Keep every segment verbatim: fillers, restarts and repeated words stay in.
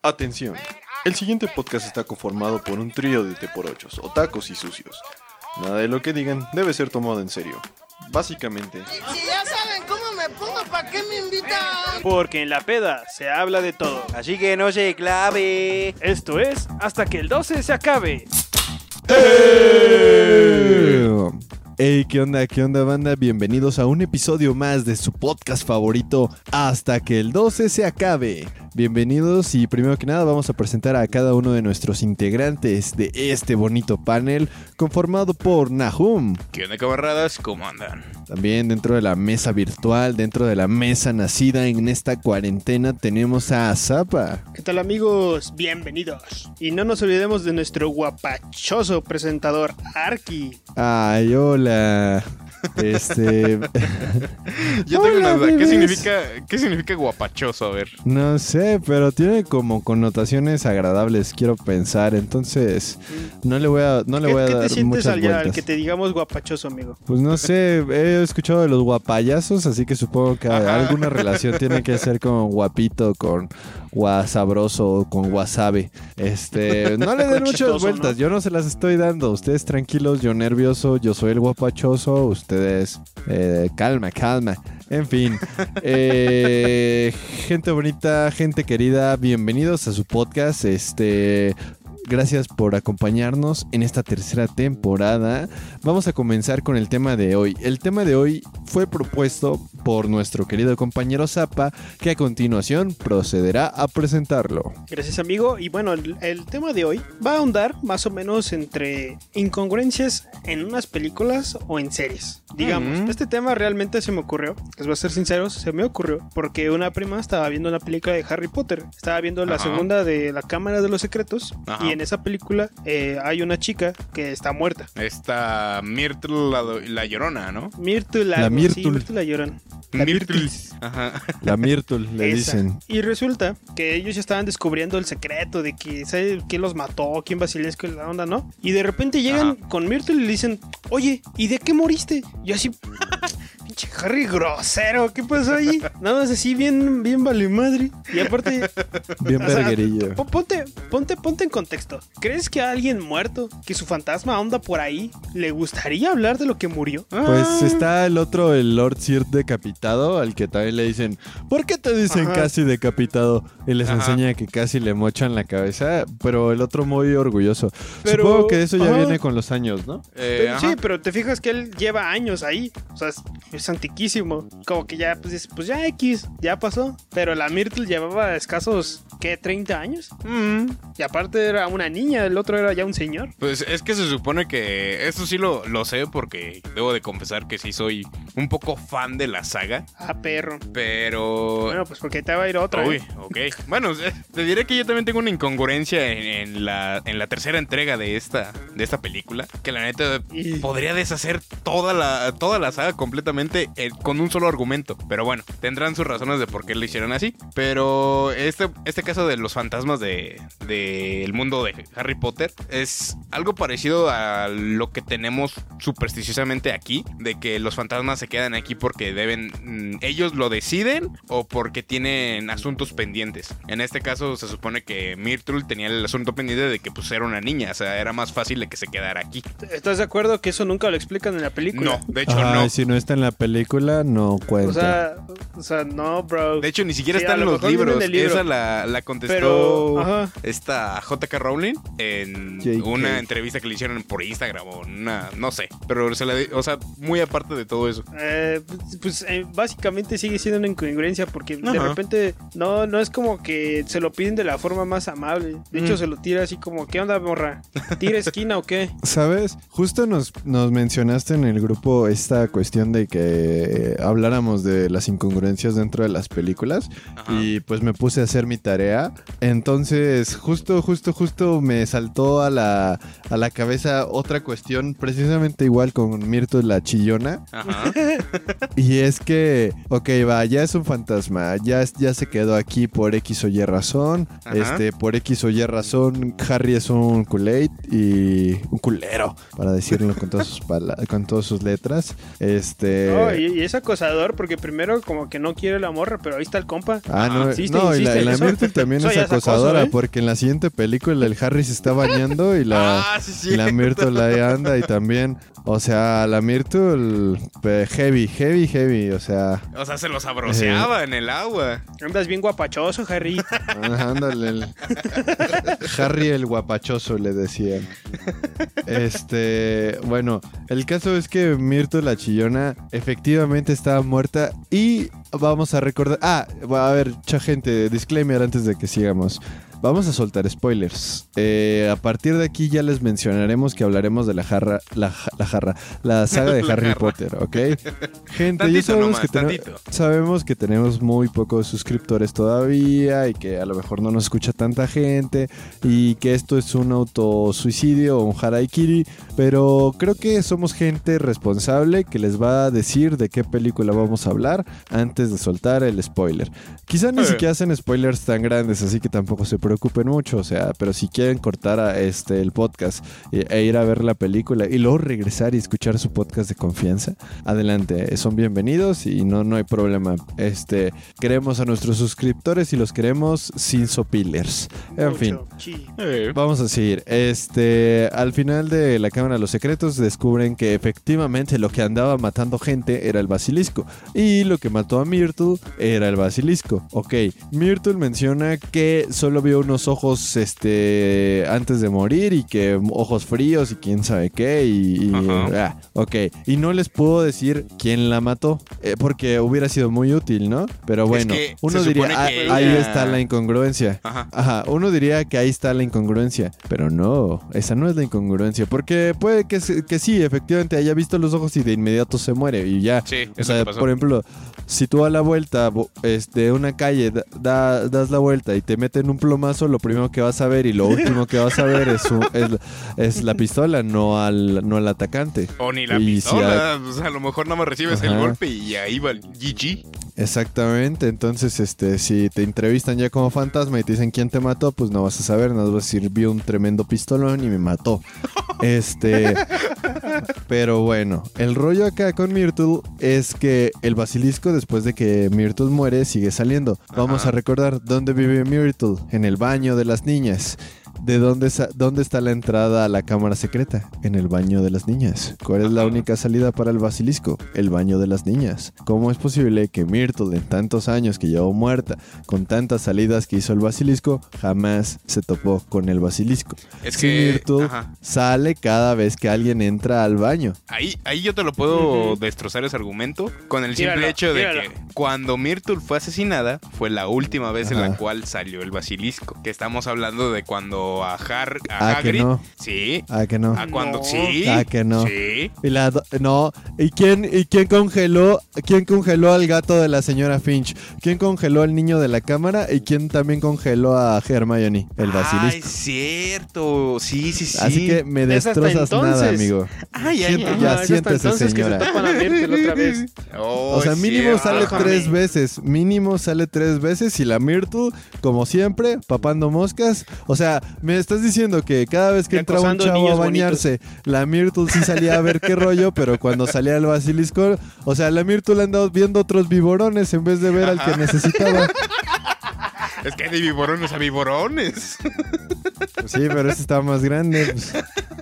Atención, el siguiente podcast está conformado por un trío de teporochos, otacos y sucios. Nada de lo que digan debe ser tomado en serio. Básicamente... Si ya saben cómo me pongo, ¿para qué me invitan? Porque en la peda se habla de todo. Así que no se clave. Esto es hasta que el doce se acabe. Hey, ¿qué onda? ¿Qué onda, banda? Bienvenidos a un episodio más de su podcast favorito, Hasta que el doce se acabe. Bienvenidos y primero que nada vamos a presentar a cada uno de nuestros integrantes de este bonito panel conformado por Nahum. ¿Qué onda, camaradas? ¿Cómo andan? También dentro de la mesa virtual, dentro de la mesa nacida en esta cuarentena, tenemos a Zapa. ¿Qué tal, amigos? Bienvenidos. Y no nos olvidemos de nuestro guapachoso presentador, Arki. Ay, hola. Este... Yo tengo una duda. ¿Qué significa, ¿Qué significa guapachoso? A ver. No sé, pero tiene como connotaciones agradables, quiero pensar. Entonces, no le voy a, no le voy a ¿Qué dar te sientes muchas al, vueltas. al que te digamos guapachoso, amigo? Pues no sé, he escuchado de los guapayazos, así que supongo que Ajá. alguna relación tiene que ser con guapito, con guasabroso, con wasabi. Este, no le den Con muchas chistoso, vueltas, ¿no? yo no se las estoy dando. Ustedes tranquilos, yo nervioso, yo soy el guapachoso, ustedes eh, calma, calma. En fin, eh, gente bonita, gente querida, bienvenidos a su podcast. Este... Gracias por acompañarnos en esta tercera temporada. Vamos a comenzar con el tema de hoy. El tema de hoy fue propuesto por nuestro querido compañero Zapa, que a continuación procederá a presentarlo. Gracias, amigo. Y bueno, el, el tema de hoy va a ahondar más o menos entre incongruencias en unas películas o en series. Digamos, Mm. este tema realmente se me ocurrió, les voy a ser sinceros, se me ocurrió porque una prima estaba viendo una película de Harry Potter. Estaba viendo la Ajá. segunda de la Cámara de los Secretos. Ajá. Y en esa película eh, hay una chica que está muerta. Esta Myrtle la, la Llorona, ¿no? Myrtle, La algo, Myrtle. sí, Myrtle la lloran. La Myrtle. Ajá. La Myrtle, le Esa. dicen. Y resulta que ellos ya estaban descubriendo el secreto de que sabe quién los mató, quién Basilesco y la onda, ¿no? Y de repente llegan Ajá. con Myrtle y le dicen, oye, ¿y de qué moriste? Y así, pinche Harry grosero, ¿qué pasó ahí? Nada más así, bien, bien vale madre. Y aparte, Bien o sea, verguerillo. po- ponte, ponte, ponte en contexto. ¿Crees que a alguien muerto, que su fantasma anda por ahí, le gustaría hablar de lo que murió? Pues está el otro, el Lord Sir decapitado, al que también le dicen, ¿por qué te dicen Ajá. casi decapitado? Y les Ajá. enseña que casi le mochan la cabeza, pero el otro muy orgulloso. Pero- Supongo que eso ya ajá. viene con los años, ¿no? Eh, Pero, ajá. sí, pero te fijas que él lleva años ahí. O sea, es, es antiquísimo. Como que ya, pues, dices, pues ya X, ya pasó. Pero la Myrtle llevaba escasos, ¿qué? ¿treinta años? Mm. Y aparte era una niña, el otro era ya un señor. Pues es que se supone que esto sí lo, lo sé porque debo de confesar que sí soy un poco fan de la saga, Ah, perro. pero... Bueno, pues porque te va a ir otra. Uy, ¿eh? ok. Bueno, eh, te diré que yo también tengo una incongruencia en, en la, en la tercera entrega de esta, de esta película. Que la neta Y- podría deshacer toda la, toda la saga completamente eh, con un solo argumento. Pero bueno, tendrán sus razones de por qué lo hicieron así. Pero este, este caso de los fantasmas de, de el mundo de Harry Potter es algo parecido a lo que tenemos supersticiosamente aquí. De que los fantasmas se quedan aquí porque deben... mm, ellos lo deciden o porque tienen asuntos pendientes. En este caso se supone que Myrtle tenía el asunto pendiente de que pues era una niña. O sea, era más fácil de que se quedara aquí. ¿Estás de acuerdo que eso nunca lo explican en la película? No, de hecho Ay, no. si no está en la película, no cuenta. O sea, o sea, no, bro. De hecho, ni siquiera Sí, está a en lo los mejor viene libros. en el libro. Esa la, la contestó Pero, ajá. esta J K. Rowling en J K. una entrevista que le hicieron por Instagram o una, no sé. Pero se la, di- o sea, muy aparte de todo eso. Eh, pues pues, eh, básicamente sigue siendo una incongruencia porque de Ajá. repente no, no es como que se lo piden de la forma más amable. De hecho, Mm. se lo tira así como, ¿qué onda, morra? ¿Tira esquina o qué? ¿Sabes? Justo nos, nos mencionaste en el grupo esta cuestión de que habláramos de las incongruencias dentro de las películas. Ajá. Y pues me puse a hacer mi tarea. Entonces, justo, justo, justo me saltó a la, a la cabeza otra cuestión, precisamente igual con Myrtle la chillona. Ajá. Y es que, ok, va, ya es un fantasma, ya, es- ya se quedó aquí por X o Y razón. Ajá. Este, por X o Y razón, Harry es un Kool-Aid y un culero, para decirlo con todas sus pala- con todas sus letras. Este. No, y, y es acosador porque primero como que no quiere la morra, pero ahí está el compa. Ah, no, Insiste, no, y insiste la, y en la eso. Myrtle también Eso es ya es acoso, acosadora, ¿eh? porque en la siguiente película el Harry se está bañando y la, Ah, sí, y la cierto. Myrtle ahí anda y también, o sea, la Myrtle eh, heavy, heavy, heavy, o sea, O sea, se lo sabroseaba en el agua. Andas bien guapachoso, Harry. ajá, ándale, el- Harry el guapachoso le decían. Este, bueno, el caso es que Myrtle la chillona efectivamente estaba muerta y vamos a recordar, ah, va a haber mucha gente, disclaimer antes de que sigamos. Vamos a soltar spoilers. Eh, a partir de aquí ya les mencionaremos que hablaremos de la jarra, la, ja- la jarra, la saga de La Harry jarra. Potter, ¿ok? Gente, Tantito ya sabemos, nomás, que tenemos, tantito. sabemos que tenemos muy pocos suscriptores todavía y que a lo mejor no nos escucha tanta gente y que esto es un autosuicidio o un haraikiri, pero creo que somos gente responsable que les va a decir de qué película vamos a hablar antes de soltar el spoiler. Quizá ni Eh. siquiera hacen spoilers tan grandes, así que tampoco se preocupen mucho, o sea, pero si quieren cortar a este el podcast e, e ir a ver la película y luego regresar y escuchar su podcast de confianza, adelante, son bienvenidos y no, no hay problema. Este, queremos a nuestros suscriptores y los queremos sin sopilers. En Mucho. fin. Sí. Eh, Vamos a seguir. Este, al final de la Cámara de los Secretos descubren que efectivamente lo que andaba matando gente era el basilisco y lo que mató a Myrtle era el basilisco. Ok, Myrtle menciona que solo vio unos ojos, este, antes de morir y que ojos fríos y quién sabe qué y, y Ajá. ah, ok, y no les puedo decir quién la mató eh, porque hubiera sido muy útil, ¿no? Pero bueno, que uno se diría, supone "Ah, que ahí ella- está la incongruencia." Ajá. Ajá, uno diría que ahí está la incongruencia, pero no, esa no es la incongruencia, porque puede que, se- que sí, efectivamente haya visto los ojos y de inmediato se muere y ya. Sí, O eso sea, que pasó. por ejemplo, si tú a la vuelta bo- este, de una calle da- da- das la vuelta y te meten un plomazo, lo primero que vas a ver y lo último que vas a ver es, un- es, es la pistola, no al, no al atacante. O ni la Y si pistola. O sea, a lo mejor nada más recibes el Ajá. golpe y ahí va el G G. Exactamente, entonces este, si te entrevistan ya como fantasma y te dicen quién te mató, pues no vas a saber, nada vas a decir, vi un tremendo pistolón y me mató. Este, pero bueno, el rollo acá con Myrtle es que el basilisco después de que Myrtle muere sigue saliendo. Vamos Ajá. a recordar dónde vive Myrtle, en el baño de las niñas. ¿De dónde, sa- dónde está la entrada a la cámara secreta? En el baño de las niñas. ¿Cuál es la Ajá. única salida para el basilisco? El baño de las niñas. ¿Cómo es posible que Myrtle, en tantos años que llevó muerta, con tantas salidas que hizo el basilisco, jamás se topó con el basilisco? Es Si que. Myrtle Ajá. sale cada vez que alguien entra al baño. Ahí, ahí yo te lo puedo Ujú. destrozar ese argumento con el simple Tíralo, hecho de tíralo. que cuando Myrtle fue asesinada fue la última vez en la Ajá. cual salió el basilisco. Que estamos hablando de cuando a, Har a Ah, que Hagrid. no. Sí. Ah, que no. A cuando. No. Sí. Ah, que no. Sí. Y la do- no, ¿y quién y quién congeló quién congeló al gato de la señora Finch? ¿Quién congeló al niño de la cámara y quién también congeló a Hermione, el Ay, basilisco? cierto. Sí, sí, sí. Así que me Es hasta destrozas nada, entonces. amigo. Ay, ay, Siento- ay. ya Ajá, es hasta siéntese, entonces señora. que se topan a Myrtle otra vez. Oh, O sea, mínimo cierto. sale Déjame. tres veces. Mínimo sale tres veces. Y la Myrtle, como siempre, papando moscas. O sea, me estás diciendo que cada vez que Y entraba un acosando chavo a niños bañarse, la Myrtle sí salía a ver qué rollo, pero cuando salía el basilisco, o sea, la Myrtle andaba viendo otros viborones en vez de ver al que necesitaba. Es que hay de viborones a viborones. Sí, pero ese estaba más grande. Pues.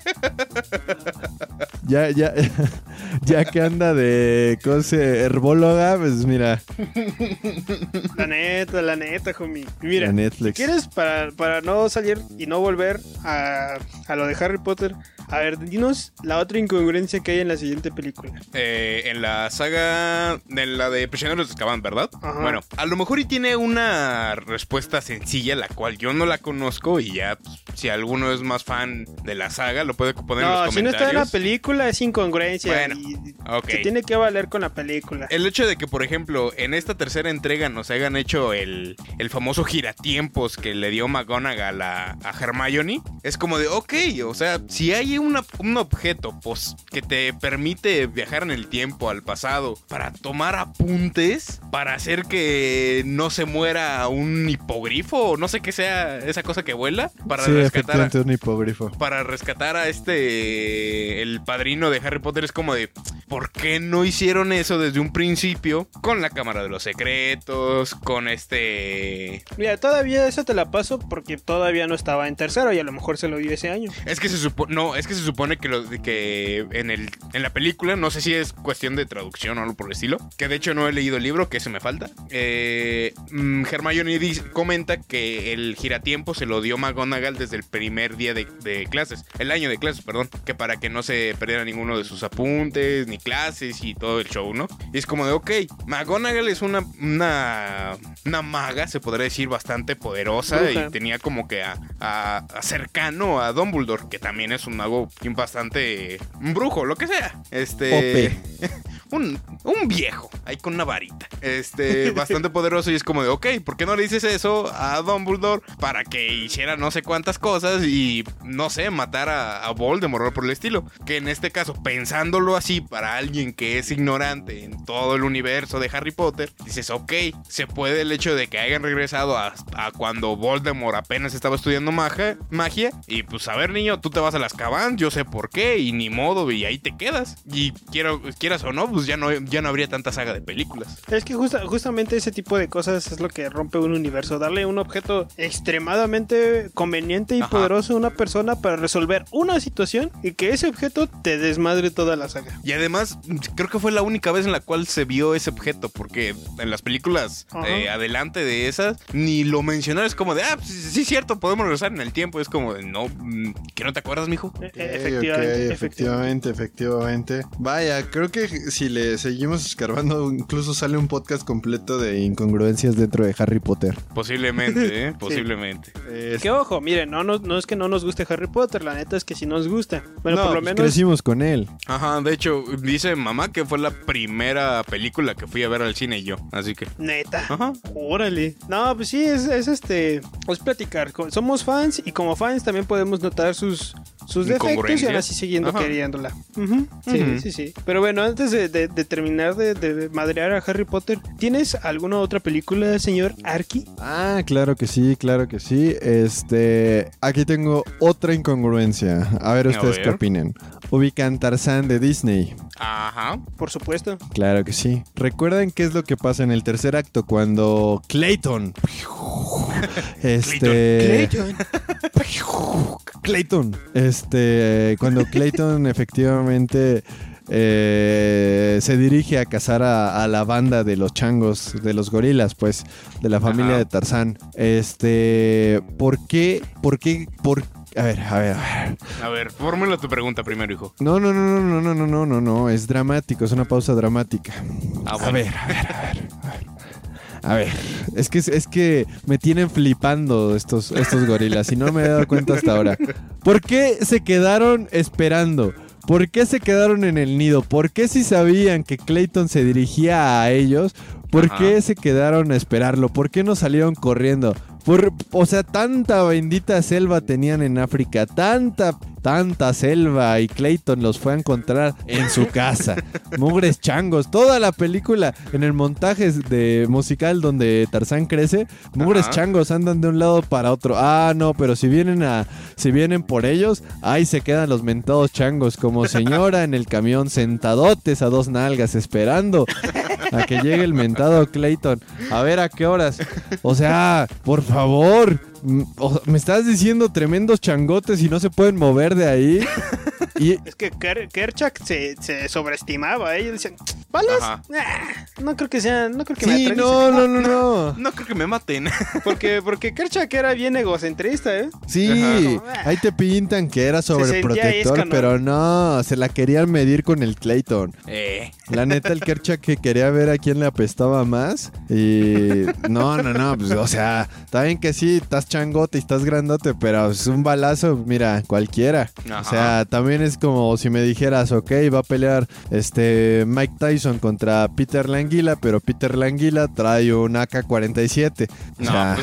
Ya, ya, ya que anda de cosa herbóloga, pues mira, La neta, la neta, homie. Mira, la Netflix. ¿quieres para, para no salir y no volver a, a lo de Harry Potter? A ver, dinos la otra incongruencia que hay en la siguiente película. Eh, en la saga, en la de Prisioneros de Azkaban, ¿verdad? Ajá. Bueno, a lo mejor y tiene una respuesta sencilla, la cual yo no la conozco y ya, pues, si alguno es más fan de la saga, lo puede poner en los No, comentarios. si no está en la película es incongruencia. Bueno, y ok. Se tiene que valer con la película. El hecho de que, por ejemplo, en esta tercera entrega nos hayan hecho el, el famoso giratiempos que le dio McGonagall a, a Hermione, es como de, ok, o sea, si hay una- un objeto pues, que te permite viajar en el tiempo al pasado para tomar apuntes, para hacer que no se muera un hipogrifo o no sé qué sea esa cosa que vuela, para Sí, rescatar a, efectivamente un hipogrifo. para rescatar a este el padrino de Harry Potter, es como de, ¿por qué no hicieron eso desde un principio con la Cámara de los Secretos, con este... Mira, todavía eso te la paso porque todavía no estaba en tercero y a lo mejor se lo dio ese año. Es que se supone, no, es que se supone que, lo, que en, el, en la película, no sé si es cuestión de traducción o algo por el estilo, que de hecho no he leído el libro, que eso me falta. Eh, Hermione dice, comenta que el giratiempo se lo dio McGonagall desde el primer día de, de clases, el año de clases, perdón, que para que no se perdiera ninguno de sus apuntes, ni clases y todo el show, ¿no? Y es como de, ok, McGonagall es una, una, una maga, se podría decir, bastante poderosa. Bruja. Y tenía como que a, a, a cercano a Dumbledore, que también es un mago bastante... un brujo, lo que sea. Este... Un, un viejo, ahí con una varita. Este, bastante poderoso y es como de, ok, ¿por qué no le dices eso a Dumbledore para que hiciera no sé cuántas cosas y, no sé, matar a, a Voldemort por el estilo? Que en este caso, pensándolo así para alguien que es ignorante en todo el universo de Harry Potter, dices, ok, se puede el hecho de que hayan regresado a, a cuando Voldemort apenas estaba estudiando magia, magia y pues, a ver, niño, tú te vas a las Azkaban, yo sé por qué y ni modo, y ahí te quedas. Y quiero, quieras o no, pues ya no, ya no habría tanta saga de películas. Es que justa, justamente ese tipo de cosas es lo que rompe un universo. Darle un objeto extremadamente conveniente y Ajá. poderoso a una persona para resolver una situación y que ese objeto te desmadre toda la saga. Y además, creo que fue la única vez en la cual se vio ese objeto, porque en las películas eh, adelante de esas, ni lo mencionaron. Es como de, ah, pues, sí, cierto, podemos regresar en el tiempo. Es como de, no, ¿que no te acuerdas, mijo? Okay, efectivamente, okay, efectivamente, efectivamente. Vaya, creo que si le seguimos escarbando, incluso sale un podcast completo de incongruencias dentro de Harry Potter. Posiblemente, ¿eh? Posiblemente. Sí. Es... Que ojo, miren, no, no, no es que no nos guste Harry Potter, la neta es que sí nos gusta. Bueno, no, por lo pues menos crecimos con él. Ajá, de hecho, dice mamá que fue la primera película que fui a ver al cine y yo, así que... Neta. Ajá. Órale. No, pues sí, es, es este... Es platicar. Somos fans y como fans también podemos notar sus... sus defectos y ahora sí siguiendo Ajá. queriéndola. Uh-huh. Sí, uh-huh. sí, sí. Pero bueno, antes de, de, de terminar de, de madrear a Harry Potter, ¿tienes alguna otra película, señor Arki? Ah, claro que sí, claro que sí. Este, aquí tengo otra incongruencia. A ver ustedes a ver. qué opinan. Ubican Tarzán de Disney. Ajá, por supuesto. Claro que sí. ¿Recuerdan qué es lo que pasa en el tercer acto cuando Clayton... este... Clayton. Clayton. Este, cuando Clayton efectivamente eh, se dirige a cazar a, a la banda de los changos, de los gorilas, pues, de la familia Ajá. de Tarzán. Este, ¿por qué? ¿Por qué? ¿Por qué? A ver, a ver, a ver. A ver, fórmula tu pregunta primero, hijo. No, no, no, no, no, no, no, no, no, es dramático, es una pausa dramática. Ah, bueno. A ver, a ver, a ver, a ver. A ver, es que, es que me tienen flipando estos, estos gorilas y no me he dado cuenta hasta ahora. ¿Por qué se quedaron esperando? ¿Por qué se quedaron en el nido? ¿Por qué si sabían que Clayton se dirigía a ellos? ¿Por Ajá. qué se quedaron a esperarlo? ¿Por qué no salieron corriendo? Por, o sea, tanta bendita selva tenían en África, tanta, tanta selva, y Clayton los fue a encontrar en su casa. Mugres changos, toda la película en el montaje de musical donde Tarzán crece, mugres Ajá. changos andan de un lado para otro. Ah, no, pero si vienen a, si vienen por ellos, ahí se quedan los mentados changos como señora en el camión, sentadotes a dos nalgas esperando a que llegue el mentado Clayton. A ver a qué horas. O sea, por favor, me estás diciendo tremendos changotes y no se pueden mover de ahí. Y... Es que Ker- Kerchak se, se sobreestimaba, ¿eh? Ellos decían, ¿balas? Nah, no creo que sean, no creo que sí, me atrevisen. no, no, no, no. No creo que me maten. Porque, porque Kerchak era bien egocentrista, ¿eh? Sí, Ajá. ahí te pintan que era sobreprotector, pero no, se la querían medir con el Clayton. Eh. La neta, el Kerchak que quería ver a quién le apestaba más. Y no, no, no, pues, o sea, está bien que sí, estás changote y estás grandote, pero es un balazo, mira, cualquiera. Ajá. O sea, también es como si me dijeras, ok, va a pelear este Mike Tyson contra Peter Languila, pero Peter Languila trae un A K cuarenta y siete. O sea,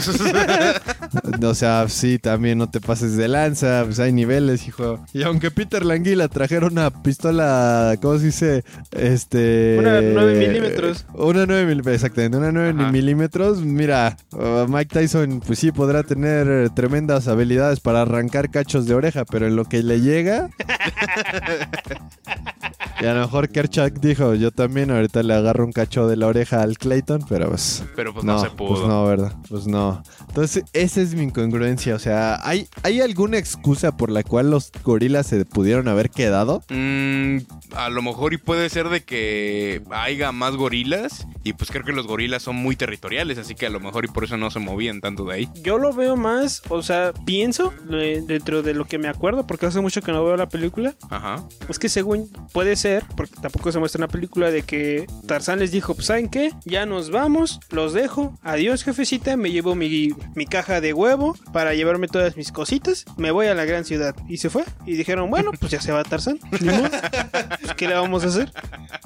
no. o sea, sí, también no te pases de lanza, pues hay niveles, hijo. Y aunque Peter Languila trajera una pistola, ¿cómo se dice? Este... Una nueve milímetros. Una nueve milímetros, exactamente, una nueve milímetros. Mira, uh, Mike Tyson, pues sí, podrá tener tremendas habilidades para arrancar cachos de oreja, pero en lo que le llega... Y a lo mejor Kerchak dijo, yo también ahorita le agarro un cacho de la oreja al Clayton, pero pues... Pero pues no, no se pudo. Pues no, ¿verdad? Pues no. Entonces, esa es mi incongruencia. O sea, ¿hay, ¿hay alguna excusa por la cual los gorilas se pudieron haber quedado? Mm, a lo mejor y puede ser de que haya más gorilas y pues creo que los gorilas son muy territoriales, así que a lo mejor y por eso no se movían tanto de ahí. Yo lo veo más, o sea, pienso eh, dentro de lo que me acuerdo, porque hace mucho que no veo la película. Ajá. Es que según puede ser, porque tampoco se muestra en la película, de que Tarzán les dijo, pues ¿saben qué? Ya nos vamos, los dejo, adiós jefecita, me llevo mi, mi caja de huevo para llevarme todas mis cositas, me voy a la gran ciudad. Y se fue, y dijeron, bueno, pues ya se va Tarzán. Pues, ¿qué le vamos a hacer?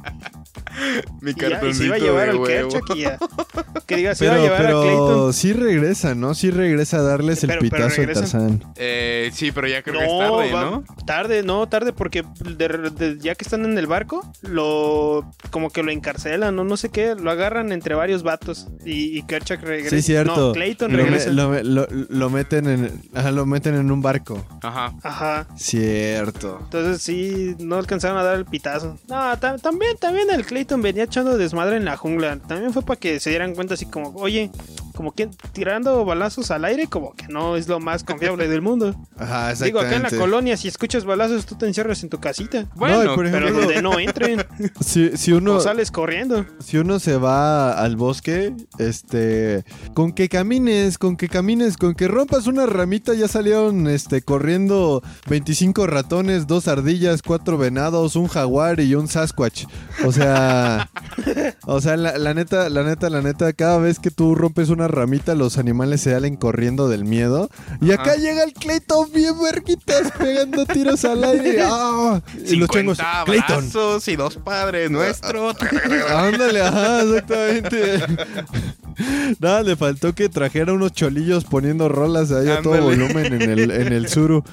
Mi y ya, cartoncito y se iba a llevar de al huevo. Kerchak y ya. Que diga, se Pero, iba a llevar pero a Clayton. sí regresa, ¿no? Sí regresa a darles Pero- el pero pitazo al regresan. Tarzán. Eh, sí, pero ya creo No, que es tarde, va- ¿no? Tarde, no, tarde, porque de- de- ya que están en el barco, lo como que lo encarcelan, no, no sé qué, lo agarran entre varios vatos y, y Kerchak regresa. Sí, cierto. No, Clayton lo, me- regresa. lo, lo- lo meten en, ajá, lo meten en un barco. Ajá. Ajá. Cierto. Entonces sí, no alcanzaron a dar el pitazo. No, ta- también, también el Clayton venía echando desmadre en la jungla. También fue para que se dieran cuenta así como, oye, como que tirando balazos al aire, como que no es lo más confiable del mundo. Ajá, exactamente. Digo, acá en la colonia, si escuchas balazos, tú te encierras en tu casita. Bueno, No, y por Pero ejemplo, donde no entren, si, si uno... o sales corriendo. Si uno se va al bosque, este, con que camines, con que camines, con que rompas una ramita, ya salieron, este, corriendo veinticinco ratones, dos ardillas, cuatro venados, un jaguar y un Sasquatch. O sea, o sea, la, la neta, la neta, la neta, cada vez que tú rompes una ramita, los animales se salen corriendo del miedo. Y acá Ajá. llega el Clayton bien verguitas pegando tiros al aire. ¡Ah! Y los changos, cincuenta Clayton. abrazos y dos padres nuestros. Ándale, ajá, exactamente. Nada, le faltó que trajera unos cholillos poniendo rolas ahí a todo Ándale. volumen en el, en el suru.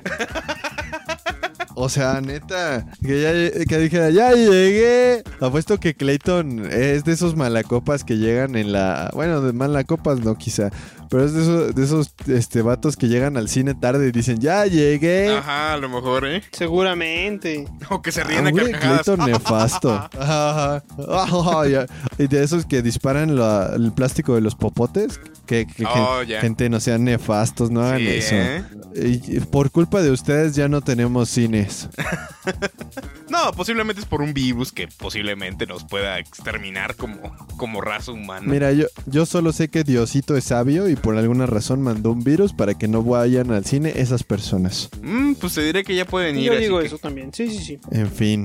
O sea, neta, que, ya, que dijera, ya llegué. Apuesto que Clayton es de esos malacopas que llegan en la... Bueno, de malacopas no quizá, pero es de esos, de esos este, vatos que llegan al cine tarde y dicen, ya llegué. Ajá, a lo mejor, ¿eh? Seguramente. O que se Ah, ríen a hombre, carcajadas. Clayton nefasto. Ajá, ajá. Ajá, ya. Y de esos que disparan la- el plástico de los popotes. Que, que- que Oh, ya. gente no sean nefastos, no hagan Sí, eso. ¿eh? Y- y por culpa de ustedes ya no tenemos cines. No, posiblemente es por un virus que posiblemente nos pueda exterminar como, como raza humana. Mira, yo, yo solo sé que Diosito es sabio y por alguna razón mandó un virus para que no vayan al cine esas personas. Mm, pues te diré que ya pueden ir. Yo así digo que- eso también. Sí, sí, sí. En fin,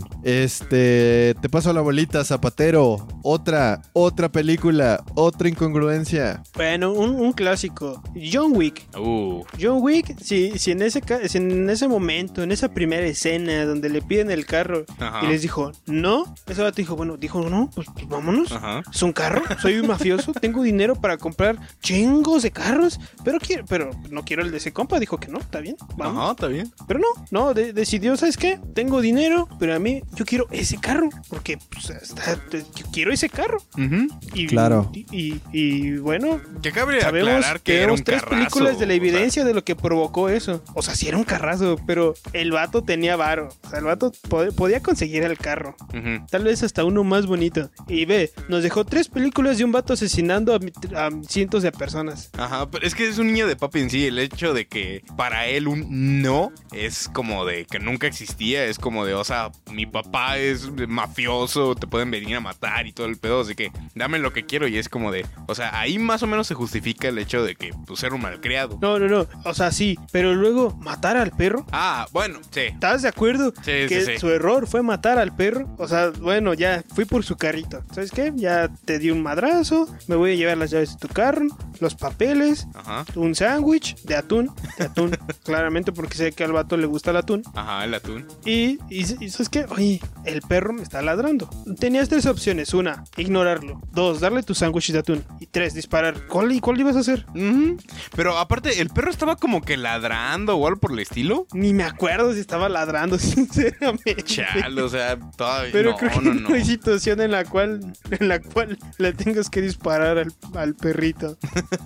este, te paso la bolita, Zapatero. Otra, otra película, otra incongruencia. Bueno, un, un clásico. John Wick. Uh, John Wick, si, si, en ese, ca- si en ese momento, en esa primera escena donde le piden el carro Ajá. y les dijo, no, ese vato dijo, bueno, dijo, no, pues, pues vámonos. Ajá. ¿Es un carro? Soy un mafioso, tengo dinero para comprar chingos de carros, pero quiero, pero no quiero el de ese compa. Dijo que no, está bien, vamos. Ajá, está bien. Pero no, no, de- decidió, ¿sabes qué? Tengo dinero, pero a mí yo quiero ese carro, porque pues, está- yo quiero ese carro. Ujú. Y, Claro. Y, y- y, bueno, Que cabe sabemos aclarar que era tenemos un tres carrazo, películas de la o sea. evidencia de lo que provocó eso. O sea, sí era un carrazo, pero el vato tenía varo. O sea, el vato pod- podía conseguir el carro. Ujú. Tal vez hasta uno más bonito. Y ve, nos dejó tres películas de un vato asesinando a, mi- a cientos de personas. Ajá, pero es que es un niño de papi en sí. El hecho de que para él un no es como de que nunca existía. Es como de, o sea, mi papá es mafioso, te pueden venir a matar y todo el pedo. Así que dame lo que quiero. Y es como de, o sea, ahí más o menos se justifica el hecho de que pues ser un malcriado. No, no, no. O sea, sí. Pero luego, matar al perro. Ah, bueno, sí. ¿Estás de acuerdo Sí, que sí, sí. su error fue matar al perro? O sea, bueno, ya fui por su carrito. ¿Sabes qué? Ya te di un madrazo, me voy a llevar las llaves de tu carro, los papeles, Ajá, un sándwich de atún, de atún, claramente porque sé que al vato le gusta el atún. ajá, el atún. Y, y, y ¿sabes qué? Oye, el perro me está ladrando. Tenías tres opciones. Una, ignorarlo. Dos, darle tu sándwich de atún. Y tres, disparar. ¿Cuál, y cuál ibas a hacer? Ujú. Pero aparte, el perro estaba como que ladrando o algo por el estilo. Ni me acuerdo si estaba ladrando, sinceramente. Chale. real, o sea, todavía Pero no, creo que no, no no. hay situación en la cual en la cual le tengas que disparar al, al perrito.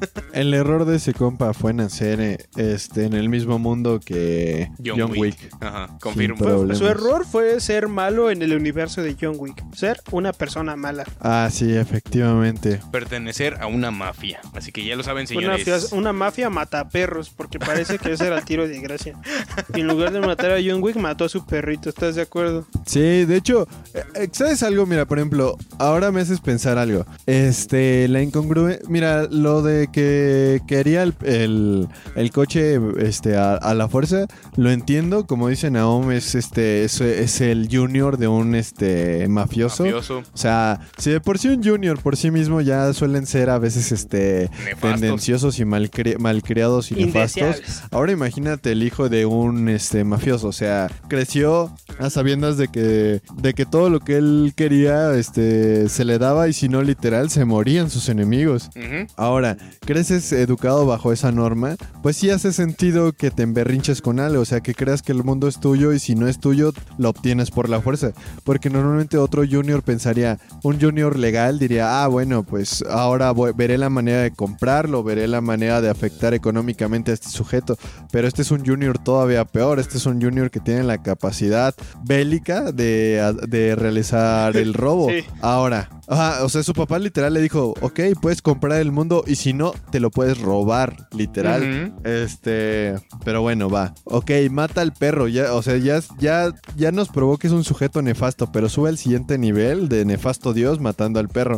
El error de ese compa fue nacer eh, este, en el mismo mundo que John, John, Wick. Wick. Ajá, Sin confirmo. problemas. Su error fue ser malo en el universo de John Wick. Ser una persona mala. Ah, sí, efectivamente. Pertenecer a una mafia. Así que ya lo saben, Una, señores. fia- una mafia mata perros, porque parece que ese era el tiro de gracia. Y en lugar de matar a John Wick, mató a su perrito. ¿Estás de acuerdo? Sí, de hecho, eh, ¿sabes algo? Mira, por ejemplo, ahora me haces pensar algo. Este, la incongruencia. Mira, lo de que quería el, el, el coche este, a, a la fuerza, lo entiendo. Como dice Naom, es, este, es, es el junior de un este, mafioso. Mafioso. O sea, si de por sí un junior por sí mismo ya suelen ser a veces este Nefastos. tendenciosos y malcri- malcriados y nefastos. Indeseables. Ahora imagínate el hijo de un este mafioso, o sea, creció a sabiendas de que de que todo lo que él quería este se le daba y si no literal se morían sus enemigos. Ujú. Ahora, creces educado bajo esa norma, pues sí hace sentido que te emberrinches con algo, o sea, que creas que el mundo es tuyo y si no es tuyo, lo obtienes por la fuerza. Porque normalmente otro junior pensaría, un junior legal diría, ah, bueno, pues ahora voy- veré la manera de comprarlo, veré la manera de afectar económicamente a este sujeto. Pero este es un junior todavía peor, este es un junior que tiene la capacidad bélica de, de realizar el robo. Sí. Ahora, ajá, o sea, su papá literal le dijo, ok, puedes comprar el mundo y si no, te lo puedes robar, literal. Ujú. Este, pero bueno, va. Ok, mata al perro, ya, o sea, ya, ya, ya nos probó que es un sujeto nefasto, pero sube al siguiente nivel de nefasto Dios matando al perro.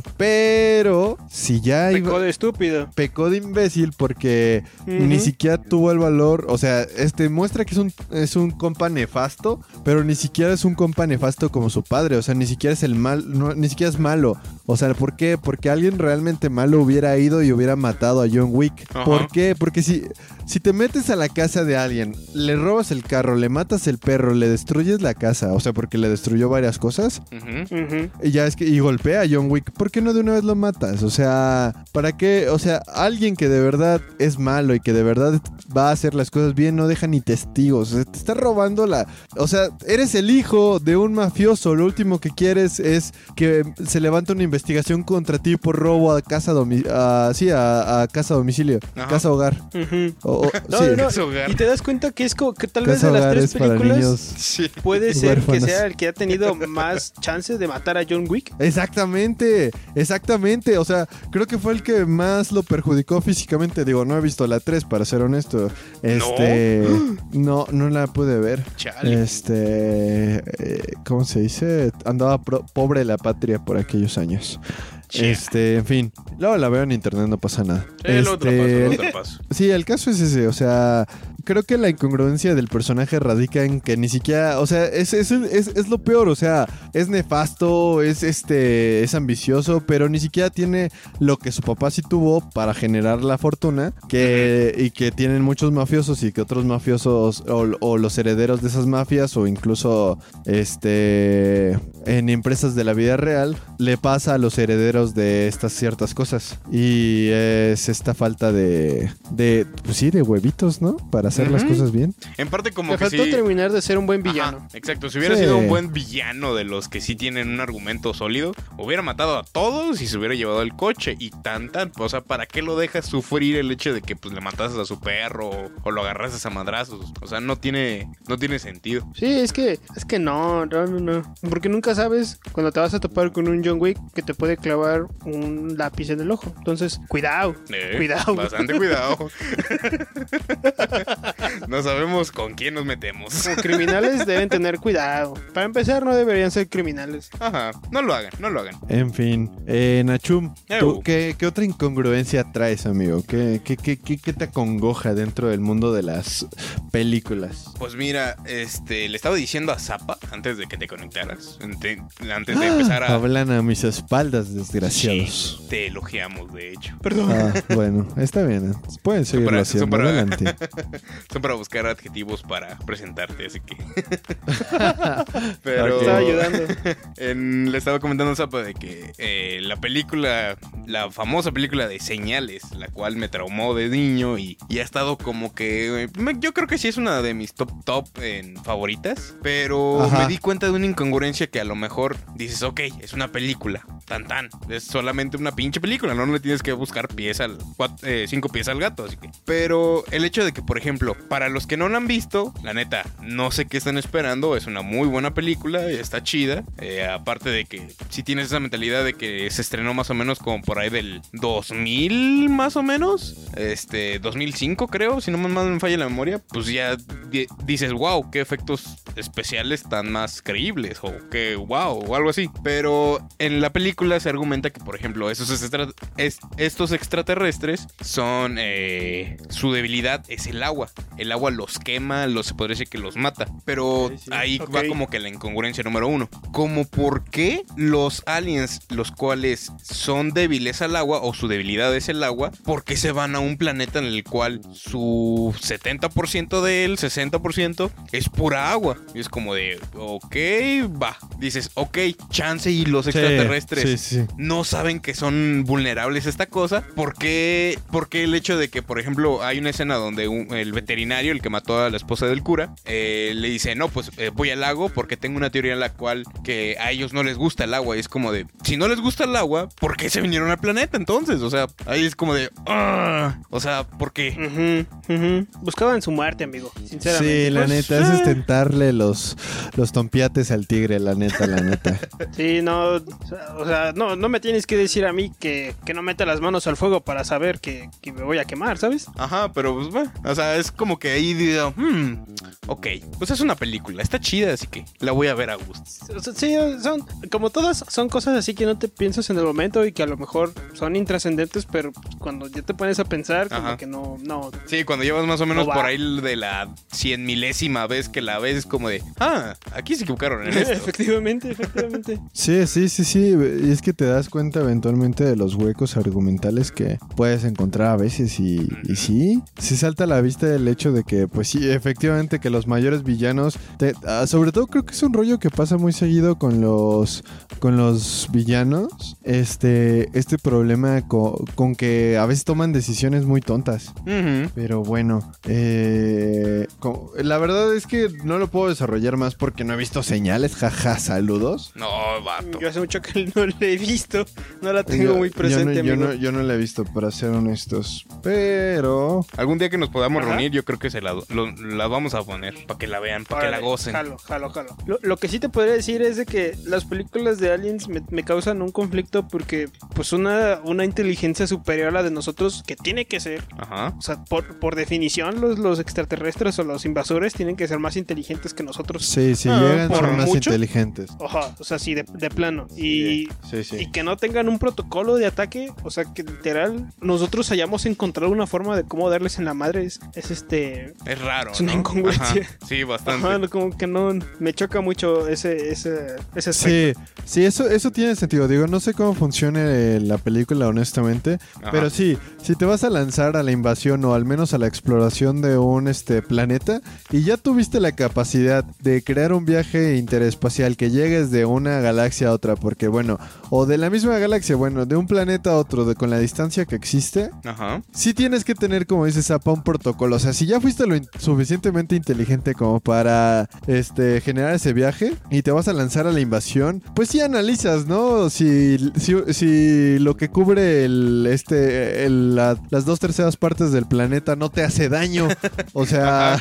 Pero, si ya iba- Pecó de estúpido. pecó de imbécil porque Ujú. ni siquiera tuvo el valor, o sea, este muestra que es un, es un compa nefasto, pero ni siquiera es un compa nefasto como su padre, o sea, ni siquiera es el mal, no, ni siquiera es malo. O sea, ¿por qué? Porque alguien realmente malo hubiera ido y hubiera matado a John Wick. Ajá. ¿Por qué? Porque si, si te metes a la casa de alguien, le robas el carro, le matas el perro, le destruyes la casa, o sea, porque le destruyó varias cosas, Ujú. Ujú. y ya es que y golpea a John Wick, ¿por qué no de una vez lo matas? O sea, ¿para qué? O sea, alguien que de verdad es malo y que de verdad va a hacer las cosas bien no deja ni testigos. O sea, te está robando la... O sea, eres el hijo de un mafioso. Lo último que quieres es que se levante una investigación contra ti por robo a casa domi- a, sí, a, a casa domicilio, Ajá. casa hogar. Ujú. O- o- No, sí. no, no. Casa hogar. Y te das cuenta que es como que tal vez Casa de las hogar tres es para películas niños. Sí. puede ser que huérfanos. sea el que ha tenido más chances de matar a John Wick. Exactamente, exactamente. O sea, creo que fue el que más lo perjudicó físicamente. Digo, no he visto la tres, para ser honesto. Este. No, no la pude ver. Chale. Este. eh, ¿Cómo se dice? Andaba pro- pobre la patria por aquellos años. Che. Este, en fin. Luego la veo en internet, no pasa nada. Eh, luego te la paso, Este, luego te la paso. Sí, el caso es ese, o sea, creo que la incongruencia del personaje radica en que ni siquiera, o sea, es, es, es, es lo peor, o sea, es nefasto, es este, es ambicioso, pero ni siquiera tiene lo que su papá sí tuvo para generar la fortuna, que, y que tienen muchos mafiosos y que otros mafiosos o, o los herederos de esas mafias o incluso este en empresas de la vida real le pasa a los herederos de estas ciertas cosas y es esta falta de de pues sí de huevitos, ¿no? Para hacer las Ujú. cosas bien. En parte como Le que faltó sí... terminar de ser un buen Ajá, villano. exacto, si hubiera Sí. sido un buen villano de los que sí tienen un argumento sólido, hubiera matado a todos y se hubiera llevado el coche y tan tan, o sea, ¿para qué lo dejas sufrir el hecho de que pues le matases a su perro o, o lo agarrases a madrazos? O sea, no tiene no tiene sentido. Sí, es que es que no, no, no, no. Porque nunca sabes cuando te vas a topar con un John Wick que te puede clavar un lápiz en el ojo. Entonces, cuidado. Eh, Cuidado. Bastante cuidado. No sabemos con quién nos metemos. Como criminales deben tener cuidado. Para empezar, no deberían ser criminales. Ajá, no lo hagan, no lo hagan. En fin, eh, Nachum, ¿tú Eu. qué, qué otra incongruencia traes, amigo? ¿Qué, qué, qué, qué, qué te acongoja dentro del mundo de las películas? Pues mira, este, le estaba diciendo a Zapa antes de que te conectaras, ante- antes de empezar a... Hablan a mis espaldas, desgraciados. Sí, te elogiamos, de hecho. Perdón. Ah, bueno, está bien. Pueden seguirlo para- haciendo. son para- Adelante. Son para buscar adjetivos para presentarte, así que... Pero... Ok. Estaba ayudando. en- le estaba comentando a Zapa de que eh, la película, la famosa película de Señales, la cual me traumó de niño y, y ha estado como que... eh, me- yo creo que sí es una de mis top top en favoritas, pero Ajá. me di cuenta de una incongruencia que a lo mejor dices, ok, es una película, tan tan, es solamente una pinche película, no le tienes que buscar pies al, cuatro, eh, cinco pies al gato, así que. Pero el hecho de que, por ejemplo, para los que no la han visto, la neta, no sé qué están esperando, es una muy buena película, está chida, eh, aparte de que si tienes esa mentalidad de que se estrenó más o menos como por ahí del dos mil, más o menos, este, dos mil cinco creo, si no más me falla la memoria, pues ya di- dices, wow, qué efectos especiales tan más creíbles, o que wow, o algo así. Pero en la película se argumenta que, por ejemplo, esos extra- es- estos extraterrestres son, eh, su debilidad es el agua. El agua los quema, los, se podría decir que los mata. Pero Sí, sí. ahí Ok. va como que la incongruencia número uno. Como por qué los aliens, los cuales son débiles al agua, o su debilidad es el agua, ¿por qué se van a un planeta en el cual su setenta por ciento de él, sesenta por ciento, es pura agua? Y es como de, ok, va. Dices, ok, chance y los extraterrestres Sí, sí, sí. no saben que son vulnerables a esta cosa. ¿Por qué, por qué el hecho de que, por ejemplo, hay una escena donde un- el veterinario, el que mató a la esposa del cura, eh, le dice, no, pues eh, voy al lago porque tengo una teoría en la cual que a ellos no les gusta el agua? Y es como de, si no les gusta el agua, ¿por qué se vinieron al planeta entonces? O sea, ahí es como de, "Ah", o sea, ¿por qué? Ujú, ujú. Buscaban su muerte, amigo, sinceramente. Sí, la Pues, neta, eh, es tentarle los, los tompiates al tigre, la neta, la neta. Sí, no, o sea, o sea, no, no me tienes que decir a mí que, que no meta las manos al fuego para saber que, que me voy a quemar, ¿sabes? Ajá, pero pues bueno, o sea, es como que ahí digo, hmm, ok, pues es una película, está chida, así que la voy a ver a gusto. O sea, sí, son, como todas, son cosas así que no te piensas en el momento y que a lo mejor son intrascendentes, pero cuando ya te pones a pensar, como Ajá. que no, no. Sí, cuando llevas más o menos No va. por ahí de la cien milésima vez que la ves, es como de, ah, aquí se equivocaron en esto. Efectivamente, efectivamente. Sí, sí, sí, sí. Y es que te das cuenta eventualmente de los huecos argumentales que puedes encontrar a veces. Y, y sí, sí salta a la vista el hecho de que, pues sí, efectivamente, que los mayores villanos. te- ah, sobre todo creo que es un rollo que pasa muy seguido con los, con los villanos. Este, este problema co- con que a veces toman decisiones muy tontas. Ujú. Pero bueno, eh, co- la verdad es que no lo puedo desarrollar más porque no he visto señales. Jaja, saludos. No, vato. Yo hace mucho que no la he visto, no la tengo Yo- muy presente, yo no, yo, amigo. no, yo no la he visto, para ser honestos. Pero... Algún día que nos podamos Ajá. reunir, yo creo que se la, lo- la vamos a poner para que la vean, para que la Órale, gocen. Jalo, jalo, jalo. Lo, lo que sí te podría decir es de que las películas de Aliens me, me causan un conflicto porque, pues, una, una inteligencia superior a la de nosotros, que tiene que ser, Ajá. o sea, por, por definición, los, los extraterrestres o los invasores tienen que ser más inteligentes que nosotros. Sí, si Ah, llegan por son más mucho. inteligentes. Ojalá, o sea, sí, de, de plano. Y, Sí, sí. y que no tengan un protocolo de ataque, o sea, que literal nosotros hayamos encontrado una forma de cómo darles en la madre, es, es este... Es raro, Es una ¿no? incongruencia. Ajá. Sí, bastante. Ajá, como que no, me choca mucho ese, ese, ese aspecto. Sí, sí, eso, eso tiene sentido. Digo, no sé cómo funcione la película, honestamente. Ajá. Pero sí, si te vas a lanzar a la invasión o al menos a la exploración de un este planeta y ya tuviste la capacidad de crear un viaje interespacial que llegues de una galaxia a otra, porque bueno, o de la misma galaxia, bueno, de un planeta a otro, de, con la distancia que existe, Ajá. sí tienes que tener, como dices, Zapa, un protocolo. O sea, si ya fuiste lo in- suficientemente inteligente como para este generar ese viaje y te vas a lanzar a la invasión, pues sí analizas, ¿no? Si, si, si lo que cubre el este el- la- las dos terceras partes del planeta no te hace daño. O sea,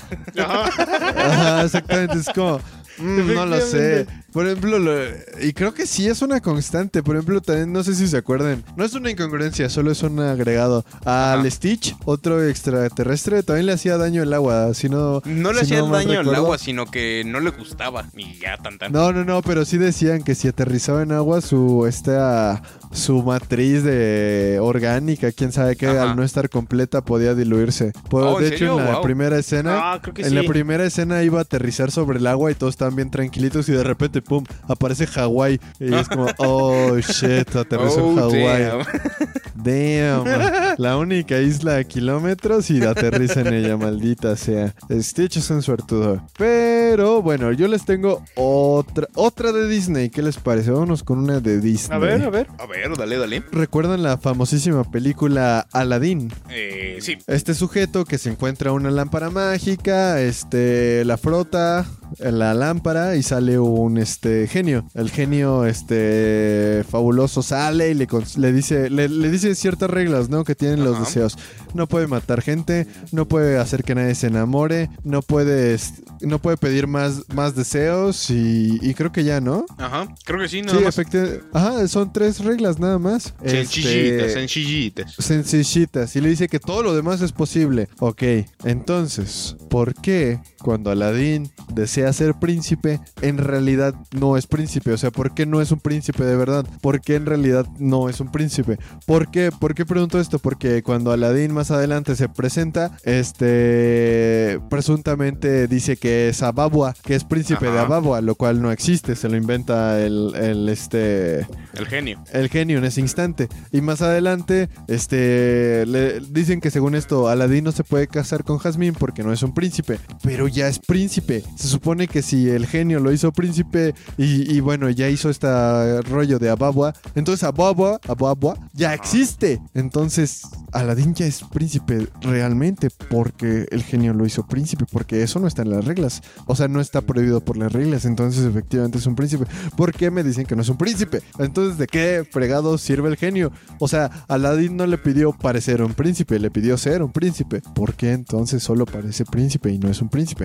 ajá, exactamente, es como... mm, no lo sé. Por ejemplo, lo- y creo que sí es una constante. Por ejemplo, también no sé si se acuerdan. No es una incongruencia, solo es un agregado. Al Ajá. Stitch, otro extraterrestre, también le hacía daño el agua. Si no, No le si hacía no mal daño al recuerdo. agua, sino que no le gustaba. Y ya, tan tan. No, no, no, pero sí decían que si aterrizaba en agua, su esta su matriz de orgánica, quién sabe qué, Ajá. al no estar completa podía diluirse. Pues, Oh, ¿en de hecho, serio? en la Wow. primera escena, Ah, creo que en sí. la primera escena iba a aterrizar sobre el agua y todos estaban bien tranquilitos y de repente, pum, aparece Hawái. Y es como, oh, shit, aterrizó en Oh, Hawái. damn. Damn. La única isla a kilómetros y aterriza en ella, maldita sea. Stitch es un suertudo. Pero bueno, yo les tengo otra otra de Disney. ¿Qué les parece? Vámonos con una de Disney. A ver, a ver. A ver, dale, dale. ¿Recuerdan la famosísima película Aladdin? Eh, sí. Este sujeto que se encuentra una lámpara mágica, este, la frota, la lámpara y sale un este genio. El genio este fabuloso sale y le, le dice le, le dice ciertas reglas, ¿no? Que tienen los Ajá. deseos. No puede matar gente, no puede hacer que nadie se enamore, no puede no puede pedir más, más deseos y, y creo que ya, ¿no? Ajá, creo que sí, nada sí, más. Efectivamente. Ajá, son tres reglas nada más. Sencillitas, este, sencillitas. Sencillitas. Y le dice que todo lo demás es posible. Ok, entonces, ¿por qué cuando Aladín desea ser príncipe, en realidad no es príncipe? O sea, ¿por qué no es un príncipe de verdad? ¿Por qué en realidad no es un príncipe? ¿Por qué? ¿Por qué pregunto esto? Porque cuando Aladín más adelante se presenta, este, presuntamente dice que es Ababua, que es príncipe Ajá. de Ababua, lo cual no existe, se lo inventa el, el, este... El genio. El genio en ese instante. Y más adelante, este, le dicen que según esto, Aladín no se puede casar con Jasmine porque no es un príncipe, pero ya es príncipe. Se supone que si el genio lo hizo príncipe y, y bueno, ya hizo este rollo de Ababua, entonces Ababua, Ababua ya existe. Entonces, Aladín ya es príncipe realmente porque el genio lo hizo príncipe, porque eso no está en las reglas. O sea, no está prohibido por las reglas, entonces efectivamente es un príncipe. ¿Por qué me dicen que no es un príncipe? Entonces, ¿de qué fregado sirve el genio? O sea, Aladín no le pidió parecer un príncipe, le pidió ser un príncipe. ¿Por qué entonces solo parece príncipe y no es un príncipe?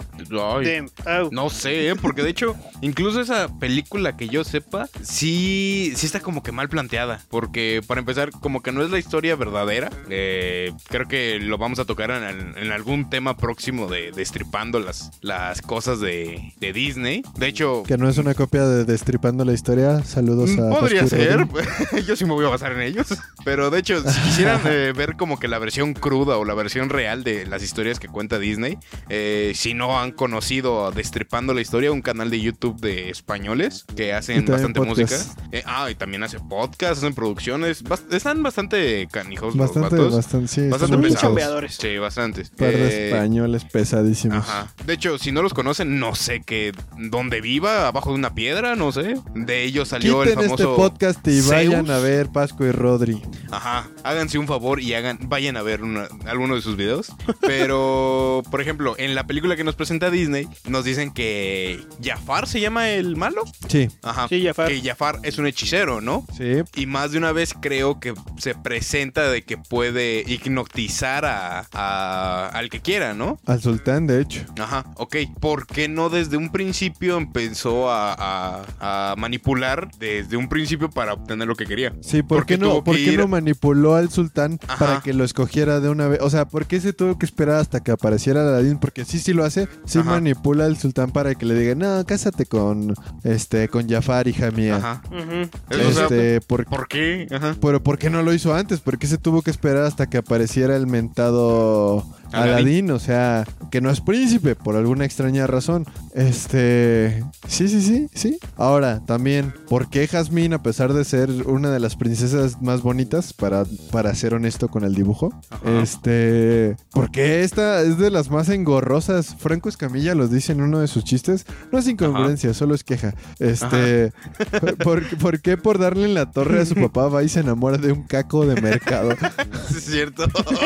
Ay, no sé, ¿eh? Porque de hecho, incluso esa película que yo sepa, sí, sí está como que mal planteada. Porque para empezar, como que no es la historia verdadera. Eh, creo que lo vamos a tocar en, en algún tema próximo de Destripando las, las cosas de, de Disney. De hecho... Que no es una copia de Destripando la historia. Saludos a... Podría ser. Yo sí me voy a basar en ellos. Pero de hecho, si quisieran eh, ver como que la versión cruda o la versión real de las historias que cuenta Disney, eh, si no han conocido Destripando la historia, un canal de YouTube de españoles que hacen bastante podcast. música. Eh, ah, y también hace podcasts, hacen producciones. Bast- están bastante canijos bastante, los vatos. Bastante, sí. Bastante muy pesados. chambeadores. Sí, bastantes. Par de Eh, españoles pesadísimos. Ajá. De hecho, si no los conocen, no sé que dónde viva, abajo de una piedra, no sé. De ellos salió Quiten el famoso este podcast y Zeus. vayan a ver Pascu y Rodri. Ajá, háganse un favor y hagan, vayan a ver una, alguno de sus videos. Pero, por ejemplo, en la película que nos presenta Disney, nos dicen que Jafar se llama el malo. Sí. Ajá, Sí, Jafar. que Jafar es un hechicero, ¿no? Sí. Y más de una vez creo que se presenta de que puede hipnotizar a, a- al que quiera, ¿no? Al sultán, de hecho. Ajá, ok. ¿Por qué no desde un principio empezó a, a- a manipular desde un principio para obtener lo que quería? Sí, ¿por Porque qué no, tuvo ¿por que qué ir- no manipuló al sultán Ajá. para que lo escogiera de una vez? O sea, ¿por qué se tuvo que esperar hasta que apareciera Aladín? Porque sí, sí lo hace. Sí Ajá. manipula al sultán para que le diga, no, cásate con este con Jafar, hija mía. Ajá. Ujú. Eso, o sea, Este, por, ¿por qué? Ajá. pero ¿por qué no lo hizo antes? ¿Por qué se tuvo que esperar hasta que apareciera el mentado Aladín. Aladín? O sea, que no es príncipe por alguna extraña razón. Este, sí, sí, sí, sí. Ahora, también, ¿por qué Jasmine, a pesar de ser una de las princesas más bonitas, para, para ser honesto con el dibujo, Ajá. este, ¿por qué esta es de las más engorrosas? Franco Escamilla los dice en uno de sus chistes. No es incongruencia, solo es queja. Este, ¿por, por qué por darle en la torre a su papá va y se enamora de un caco de mercado? Sí, es cierto.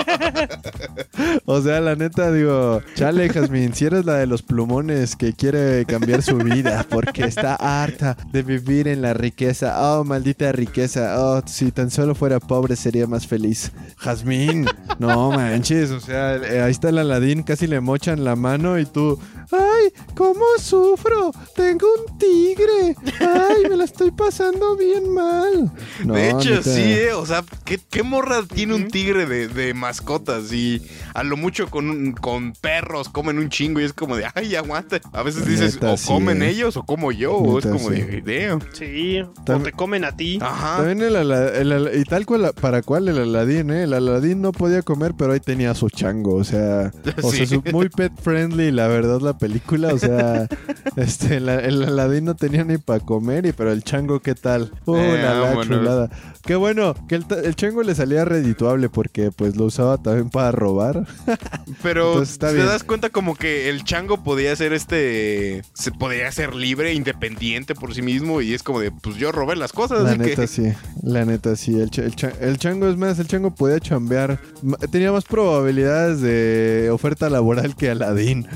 O sea, la neta, digo, chale, Jasmine, si eres la de los plumones que quiere cambiar su vida porque está harta de vivir en la riqueza. Oh, maldita riqueza. Oh, si tan solo fuera pobre sería más feliz. Jasmine, no manches, o sea, eh, ahí está el Aladín, casi le mochan la mano y tú, ¡ay, cómo sufro! Tengo un tigre. ¡Ay, me la estoy pasando bien mal! No, de hecho, neta. sí, ¿eh? O sea, ¿qué, qué morra tiene un tigre de, de mascotas? Y a lo mucho con, un- con perros comen un chingo y es como de, ay, aguanta. A veces dices, Neta, o sí, comen eh. ellos o como yo. O es Neta, como sí. de, damn. Sí, o Tam- te comen a ti. Ajá. También el, Ala- el Ala- y tal cual, para cual el Aladín, ¿eh? El Aladín no podía comer, pero ahí tenía su chango, o sea, o Sí. sea, su- muy pet friendly, la verdad, la película, o sea, este, el, el Aladín no tenía ni para comer, y pero el chango, ¿qué tal? Uh, Eh, la, la vámonos. chulada. Qué bueno, que el, ta- el chango le salía redituable porque, pues, lo usaba también para robar. Pero Entonces, está te bien. das cuenta como que el chango podía ser este... Se podía ser libre, independiente por sí mismo. Y es como de, pues yo robé las cosas. La así neta que... sí, la neta sí. El, cha- el cha- el chango es más, el chango podía chambear. ma- Tenía más probabilidades de oferta laboral que Aladín.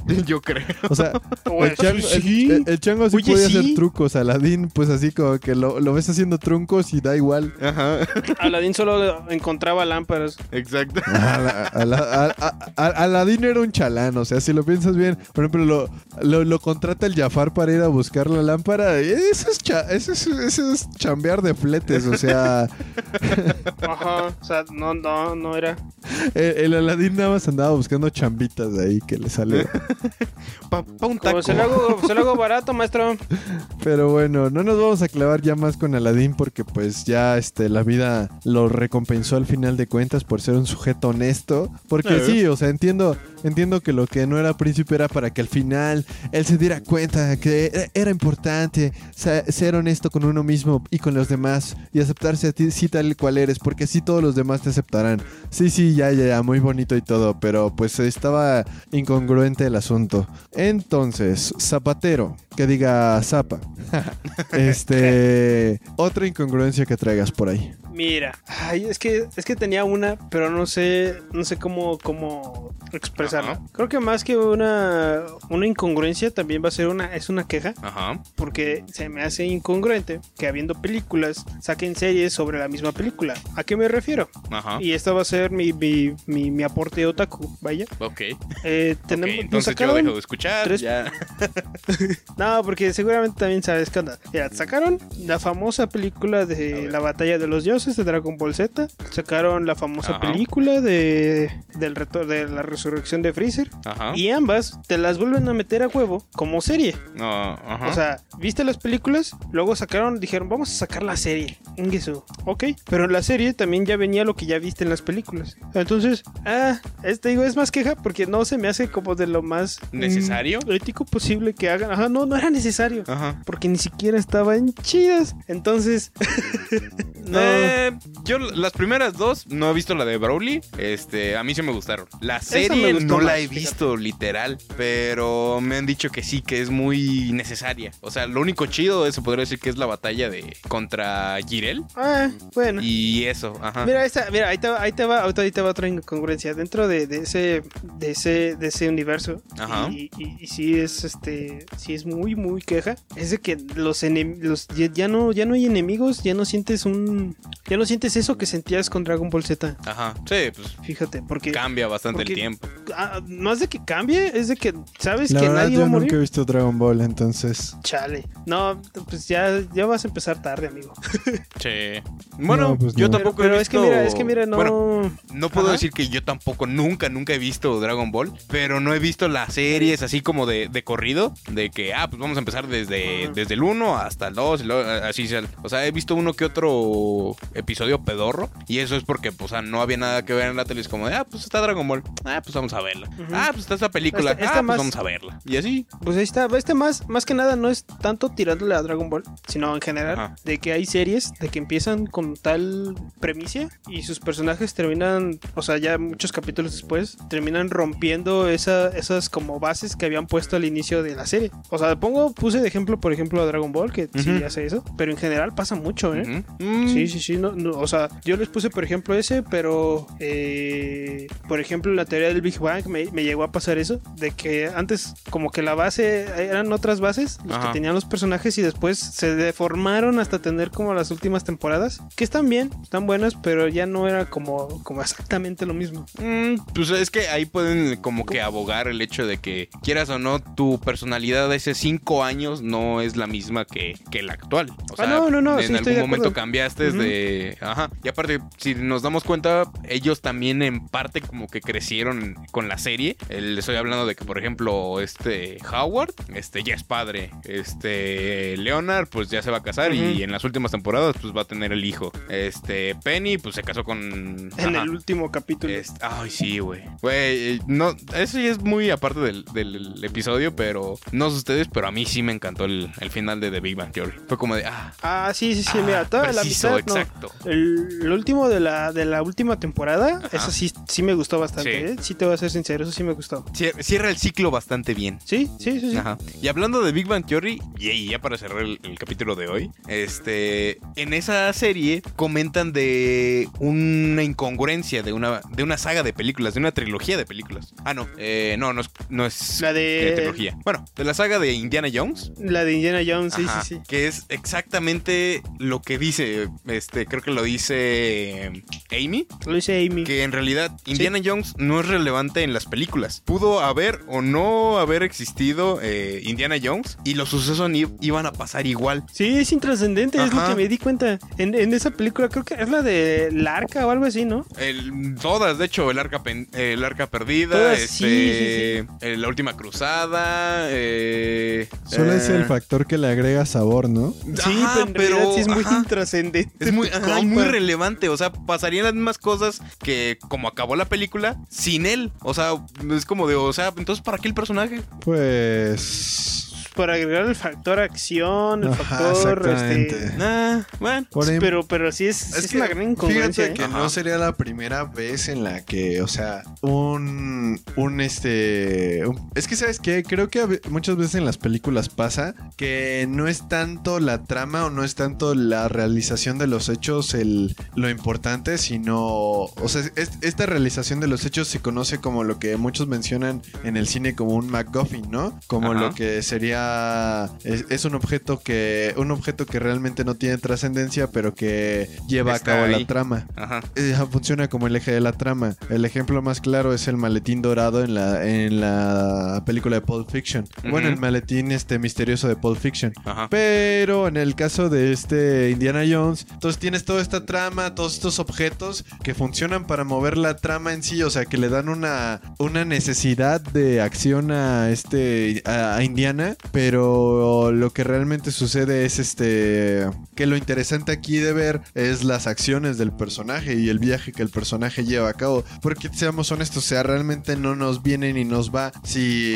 Yo creo. O sea, Bueno, el chango sí. el, el- el chango sí Oye, podía sí. hacer trucos. Aladín, pues así como que lo, lo ves haciendo trucos y da igual. Ajá, Aladín solo encontraba lámparas. exacto. Ala- ala- a- a- a- Aladín era un chalán, o sea, si lo piensas bien, por ejemplo, lo, lo, lo contrata el Jafar para ir a buscar la lámpara. Eso es, cha- eso es, eso es chambear de fletes, o sea, Ajá. O sea, no, no, no era. el, el Aladín nada más andaba buscando chambitas de ahí que le salió. Pa, pa un taco. Como se lo hago, se lo hago barato, maestro. Pero bueno, no nos vamos a clavar ya más con Aladín porque pues ya este, la vida lo recompensó al final de cuentas por ser un sujeto honesto. Porque Eh. sí, o sea, entiendo, entiendo que lo que no era príncipe era para que al final él se diera cuenta que e- era importante sa- ser honesto con uno mismo y con los demás y aceptarse a ti sí tal cual eres, porque así todos los demás te aceptarán. Sí, sí, ya, ya, ya, muy bonito y todo, pero pues estaba incongruente el asunto. Entonces, Zapatero, que diga Zapa. este, otra incongruencia que traigas por ahí. Mira, ay, es que es que tenía una, pero no sé, no sé cómo cómo expresarla. Ajá. Creo que más que una una incongruencia también va a ser una es una queja, Ajá. porque se me hace incongruente que habiendo películas saquen series sobre la misma película. ¿A qué me refiero? Ajá. Y esto va a ser mi mi, mi, mi aporte otaku, vaya. Ok. Eh, Ok, tenemos, nos entonces yo sacaron- dejo de escuchar. tres- Ya. No, porque seguramente también sabes qué onda. Mira, sacaron la famosa película de la batalla de los dioses de Dragon Ball Z. Sacaron la famosa Ajá. película de del reto de la resurrección de Freezer. Ajá. Y ambas te las vuelven a meter a huevo como serie. No, ajá. O sea, ¿viste las películas? Luego sacaron, dijeron, vamos a sacar la serie. Ingesu. Ok. Pero en la serie también ya venía lo que ya viste en las películas. Entonces, ah, este digo, es más queja porque no se me hace como de lo más mm, ¿Necesario? ético posible que hagan. Ajá, no, no era necesario. Ajá. Porque ni siquiera estaban chidas. Entonces, no. Eh, yo las primeras dos no he visto la de Broly. Este, a mí sí me gustaron. La Esa me serie gustó no la más, he fíjate. visto literal, pero me han dicho que sí, que es muy necesaria. O sea, lo único chido se podría decir que es la batalla de contra Jirel Ah, bueno. y eso, ajá. Mira, esta, mira, ahí te va, ahí te va, ahí te va otra incongruencia dentro de, de ese, de ese, de ese universo. Ajá. Y, y, y sí es, este, sí es muy, muy queja. Es de que los enemigos, ya, ya no, ya no hay enemigos, ya no sientes un, ya no sientes eso que sentías con Dragon Ball Z. Ajá. Sí, pues Fíjate, porque cambia bastante porque- el tiempo. ah, más de que cambie, es de que sabes La que verdad, nadie va yo a morir. nunca he visto Dragon Ball, entonces. Chale. No, pues ya, ya vas a empezar tarde, amigo. Sí. Bueno, No, pues yo no. tampoco pero he es que visto... mira, es que mira, no. Bueno, no puedo Ajá. decir que yo tampoco, nunca, nunca he visto Dragon Ball, pero no he visto las series así como de, de corrido, de que, ah, pues vamos a empezar desde, Ajá. desde el uno hasta el dos, y luego, así sea. O sea, he visto uno que otro episodio pedorro, y eso es porque, pues, o sea, no había nada que ver en la tele, es como de, ah, pues está Dragon Ball, ah, pues vamos a verla. Ujú. Ah, pues está esta película, Esta- ah, esta pues más- vamos a verla. Y así. Pues ahí está, este más, más que nada no es tanto tirándole a Dragon Ball, sino en general, Ajá. de que hay series de que empiezan con tal premisa y sus personajes terminan, o sea, ya muchos capítulos después, terminan rompiendo esa, esas como bases que habían puesto al inicio de la serie. O sea, pongo, puse de ejemplo, por ejemplo, a Dragon Ball, que sí Ujú. hace eso, pero en general pasa mucho, ¿eh? Ujú. Mm. Sí, sí, sí, no, no, o sea, yo les puse por ejemplo ese, pero eh, por ejemplo en la teoría del Big Bang me, me llegó a pasar eso, de que antes como que la base eran otras bases, los Ajá. que tenían los personajes y después se deformaron hasta tener como las últimas temporadas, que están bien, están buenas, pero ya no era como, como exactamente lo mismo. Mm, pues es que ahí pueden como que abogar el hecho de que quieras o no, tu personalidad de hace cinco años no es la misma que, que la actual. O sea, Ah, no, no, no, en sí, estoy algún de momento acuerdo. cambiaste Ujú. de... Ajá. Y aparte, si nos damos cuenta, ellos también en parte como que crecieron con la serie. El- estoy hablando de que, por ejemplo, este Howard, este ya es padre. Este Leonard, pues ya se va a casar Ujú. y en las últimas temporadas, pues va a tener el hijo. Este Penny, pues se casó con... En ajá. el último capítulo. Este, ay, sí, güey. Güey, eh, no, eso ya es muy aparte del, del episodio, pero no sé ustedes, pero a mí sí me encantó el, el final de The Big Bang Theory. Fue como de, ah, Ah, sí, sí, sí, Ah, mira, toda la preciso, mitad verdad, exacto. No. El, el último de la, de la última temporada, Ajá. eso sí, sí me gustó bastante, Sí. ¿eh? Sí te voy a ser sincero, eso sí me gustó. Cier- Cierra el ciclo bastante bien. Sí, sí, sí, sí. Ajá. Y hablando de Big Bang Theory, y ya para cerrar el, el capítulo de hoy, este, en esa serie comentan de una incongruencia de una, de una saga de películas, de una trilogía de películas. Ah, no, eh, no, no es, no es La de- eh, trilogía. Bueno, de la saga de Indiana Jones. La de Indiana Jones, sí, Ajá, sí, sí. que es exactamente lo que dice, este, creo que lo dice eh, Amy, Lo dice Amy. que en realidad Indiana Jones no es relevante en las películas. Pudo haber o no haber existido eh, Indiana Jones y los sucesos i- iban a pasar igual. Sí, es intrascendente, es lo Ajá. que me di cuenta. En, en esa película, creo que es la de la arca o algo así, ¿no? El- todas, de hecho, el arca, pen- el arca perdida, Todas, este, sí, sí, eh, la última cruzada. Eh, Solo es el eh, factor que le agrega sabor, ¿no? Sí, Ajá, pero en realidad sí es muy ajá. intrascendente. Es muy, tu ajá, y compa. muy relevante, o sea, pasarían las mismas cosas que como acabó la película sin él. O sea, es como de, o sea, entonces ¿para qué el personaje? Pues... Para agregar el factor acción, el Ajá, factor, exactamente. este... Ah, bueno. Por em- Pero, pero sí es, sí es que una gran incongruencia. fíjate que ¿eh? Ajá. no sería la primera vez en la que, o sea, un, un este, un- Es que, ¿sabes qué? Creo que a ve- muchas veces en las películas pasa que no es tanto la trama o no es tanto la realización de los hechos el, lo importante, sino... O sea, es- esta realización de los hechos se conoce como lo que muchos mencionan en el cine como un MacGuffin, ¿no? Como Ajá. lo que sería... Es, es un objeto que... Un objeto que realmente no tiene trascendencia, pero que lleva Está a cabo ahí. la trama. Ajá. Eh, funciona como el eje de la trama. El ejemplo más claro es el maletín dorado en la, en la película de Pulp Fiction. Ujú. Bueno, el maletín este misterioso de Pulp Fiction. Ajá. Pero en el caso de este Indiana Jones, entonces tienes toda esta trama, todos estos objetos que funcionan para mover la trama en sí, o sea, que le dan una, una necesidad de acción a este a, a Indiana, pero lo que realmente sucede es este que lo interesante aquí de ver es las acciones del personaje y el viaje que el personaje lleva a cabo, porque seamos honestos, o sea, realmente no nos viene ni nos va si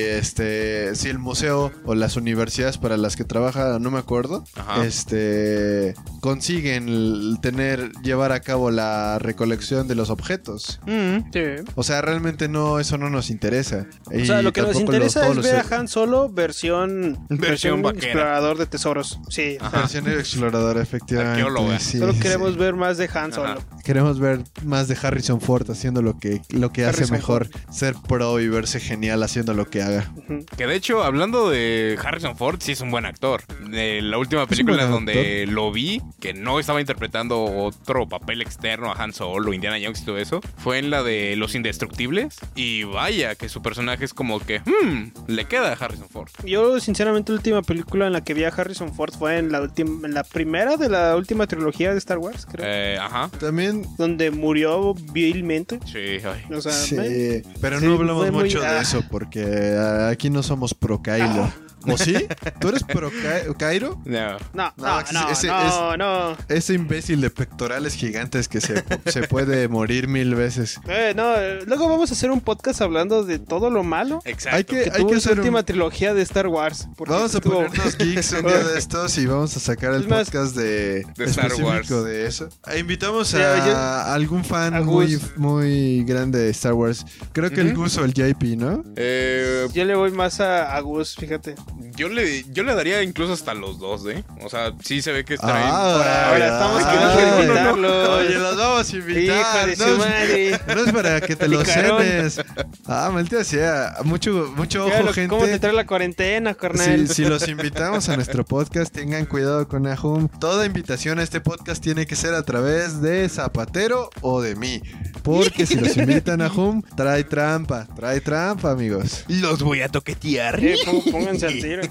este si el museo o las universidades para las que trabaja, no me acuerdo, Ajá. este consiguen l- tener llevar a cabo la recolección de los objetos. Mm. Sí. O sea, realmente no, eso no nos interesa. O sea, Y lo que nos tampoco los- interesa todos es los- ver a Han Solo versión, Versión vaquera. explorador de tesoros. Sí, o sea, Versión exploradora, efectivamente. Arqueóloga. sí, solo sí, queremos sí. ver más de Han Solo. Ajá. Queremos ver más de Harrison Ford haciendo lo que, lo que hace Harrison mejor, ser pro y verse genial haciendo lo que haga. Ujú. Que de hecho, hablando de Harrison Ford, sí es un buen actor. De la última película buen donde lo vi, que no estaba interpretando otro papel externo a Han Solo, Indiana Jones y todo eso, fue en la de Los Indestructibles. Y vaya, que su personaje es como que, hmm, le queda a Harrison Ford. Yo, sinceramente, la última película en la que vi a Harrison Ford fue en la última, en la primera de la última trilogía de Star Wars, creo. Eh, ajá. También, Donde murió vilmente. Sí, ay. O sea, sí, me- pero sí, no hablamos fue muy- mucho ah. de eso porque ah, aquí no somos pro Kylo. ¿O sí? ¿Tú eres pro Ky- Kylo? No. No, No, no, ese- no, ese no, no. Ese imbécil de pectorales gigantes que se, se puede morir mil veces. Eh, no, eh, luego vamos a hacer un podcast hablando de todo lo malo Exacto. Hay que, que hay tuvo que en su hacer última un... trilogía de Star Wars. porque Vamos a estuvo- ponernos geeks un día de estos y vamos a sacar el Es más, podcast de, de Star específico Wars. de eso. E invitamos a, Ya, yo- a algún fan a muy, Gus. muy grande de Star Wars. Creo que el Ujú. Gus o el J P, ¿no? Eh, Yo le voy más a, a Gus, fíjate. yo, le, yo le daría incluso hasta los dos, ¿eh? O sea, sí se ve que traen... Ah, Ahora estamos ay, queriendo ay, invitarlos. Oye, los vamos a invitar. Hijo de no, su es, madre. no es para que te los Picarón. cenes. Ah, maldita sea. Mucho, mucho Ya, ojo, lo- ¿Cómo te gente. trae la cuarentena, carnal? Si, si los invitamos a nuestro podcast, tengan cuidado con Nahum. Toda invitación a este podcast tiene que ser a través de Zapatero o de mí. Porque si los invitan a Nahum, trae trampa. Trae trampa, amigos. Los voy a toquetear. Eh, pó- pónganse al tiro.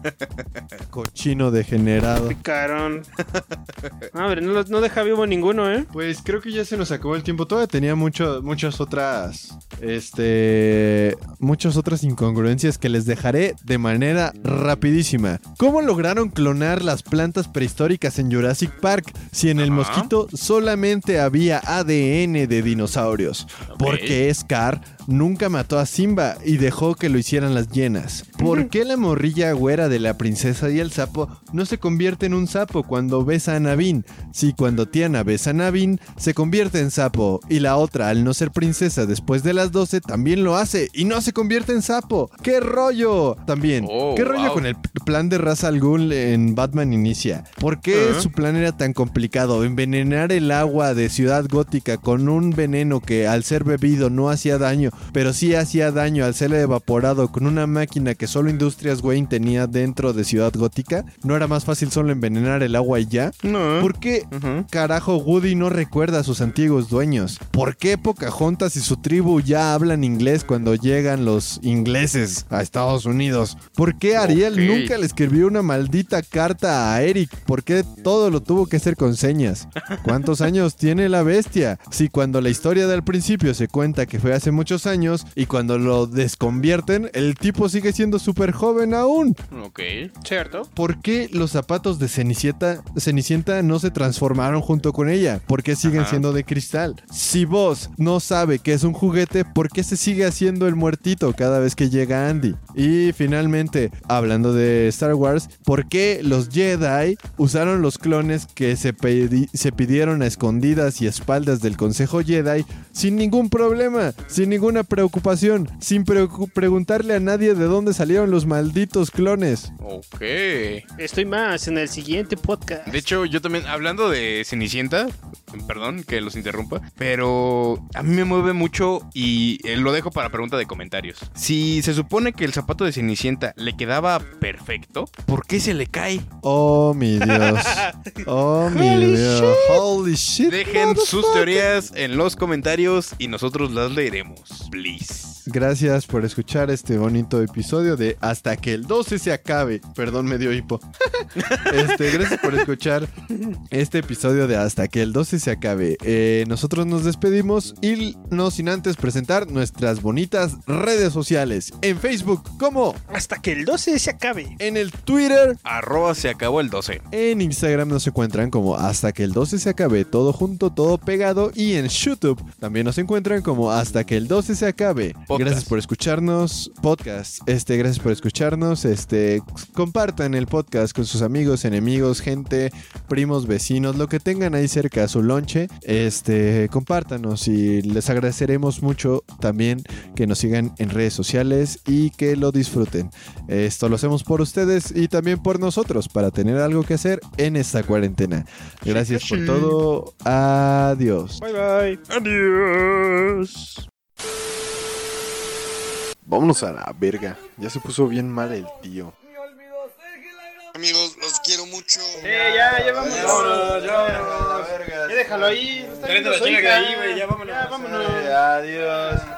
Cochino degenerado. Picarón. No, hombre, no, los- no deja vivo ninguno, ¿eh? Pues creo que ya se nos acabó el tiempo. Todavía tenía mucho, muchas otras. Este. Muchas otras incongruencias que les dejaré de manera rapidísima. ¿Cómo lograron clonar las plantas prehistóricas en Jurassic Park si en el Ajá. mosquito solamente había A D N de dinosaurios? Ok. Porque Scar nunca mató a Simba y dejó que lo hicieran las hienas. ¿Por qué la morrilla güera de la princesa y el sapo no se convierte en un sapo cuando besa a Naveen. Si cuando Tiana besa a Naveen, se convierte en sapo. Y la otra, al no ser princesa después de las doce, también lo hace y no se convierte en sapo. ¡Qué rollo! También, oh, ¿qué rollo wow. con el plan de Ra's al Ghul en Batman Inicia? ¿Por qué uh-huh. su plan era tan complicado? Envenenar el agua de Ciudad Gótica con un veneno que al ser bebido no hacía daño, pero sí hacía daño al ser evaporado con una máquina que solo Industrias Wayne tenía dentro de Ciudad Gótica. ¿No era más fácil solo envenenar el agua y ya? No. ¿Por qué uh-huh. carajo Woody no recuerda a sus antiguos dueños? ¿Por qué Pocahontas y su tribu ya hablan inglés cuando llegan los ingleses a Estados Unidos? ¿Por qué Ariel okay. nunca le escribió una maldita carta a Eric? ¿Por qué todo lo tuvo que hacer con señas? ¿Cuántos años tiene la bestia? Si cuando la historia del principio se cuenta que fue hace muchos años y cuando lo desconvierten, el tipo sigue siendo súper joven aún. Ok, cierto. ¿Por qué los zapatos de Cenicienta, Cenicienta no se transformaron junto con ella? ¿Por qué siguen Ajá. siendo de cristal? Si Buzz no sabe que es un juguete, ¿por qué se sigue haciendo el muertito cada vez que llega Andy? Y finalmente, hablando de Star Wars, ¿por qué los Jedi usaron los clones que se, pedi- se pidieron a escondidas y espaldas del Consejo Jedi sin ningún problema, sin ninguna preocupación, sin pre- preguntarle a nadie de dónde salieron los malditos clones? Ok. Estoy más en el siguiente podcast. De hecho, yo también, hablando de Cenicienta, perdón que los interrumpa, pero a mí me mueve mucho y eh, lo dejo para pregunta de comentarios. Si se supone que el zapato de Cenicienta le quedaba perfecto, ¿por qué se le cae? Oh, mi Dios. Oh, mi Holy Dios. shit. Holy shit. Dejen sus teorías en los comentarios y nosotros las leeremos. Please. Gracias por escuchar este bonito episodio de Hasta que el doce se acabe. Perdón, me dio hipo. Este, gracias por escuchar este episodio de Hasta que el doce se acabe. Eh, nosotros nos despedimos y no sin antes presentar nuestras bonitas redes sociales. En Facebook, como Hasta que el doce se acabe. En el Twitter, arroba se acabó el doce. En Instagram nos encuentran como Hasta que el doce se acabe, todo junto, todo pegado. Y en YouTube también nos encuentran como Hasta que el doce se acabe. Podcast. Gracias por escucharnos. Podcast. Este, gracias por escucharnos. Este, compartan el podcast con sus amigos, enemigos, gente, primos, vecinos, lo que tengan ahí cerca a su lonche. Este, compártanos y les agradeceremos mucho también que nos sigan en redes sociales y que lo disfruten. Esto lo hacemos por ustedes y también por nosotros para tener algo que hacer en esta cuarentena. Gracias por todo. Adiós. Bye bye. Adiós. Vámonos a la verga. Ya se puso bien mal el tío. Amigos, los quiero mucho. Eh, ya, ya vámonos. Ya, vámonos, ya vámonos. Ya déjalo ahí. Tráete la chinga de ahí, güey. Ya vámonos. Ya vámonos. Adiós.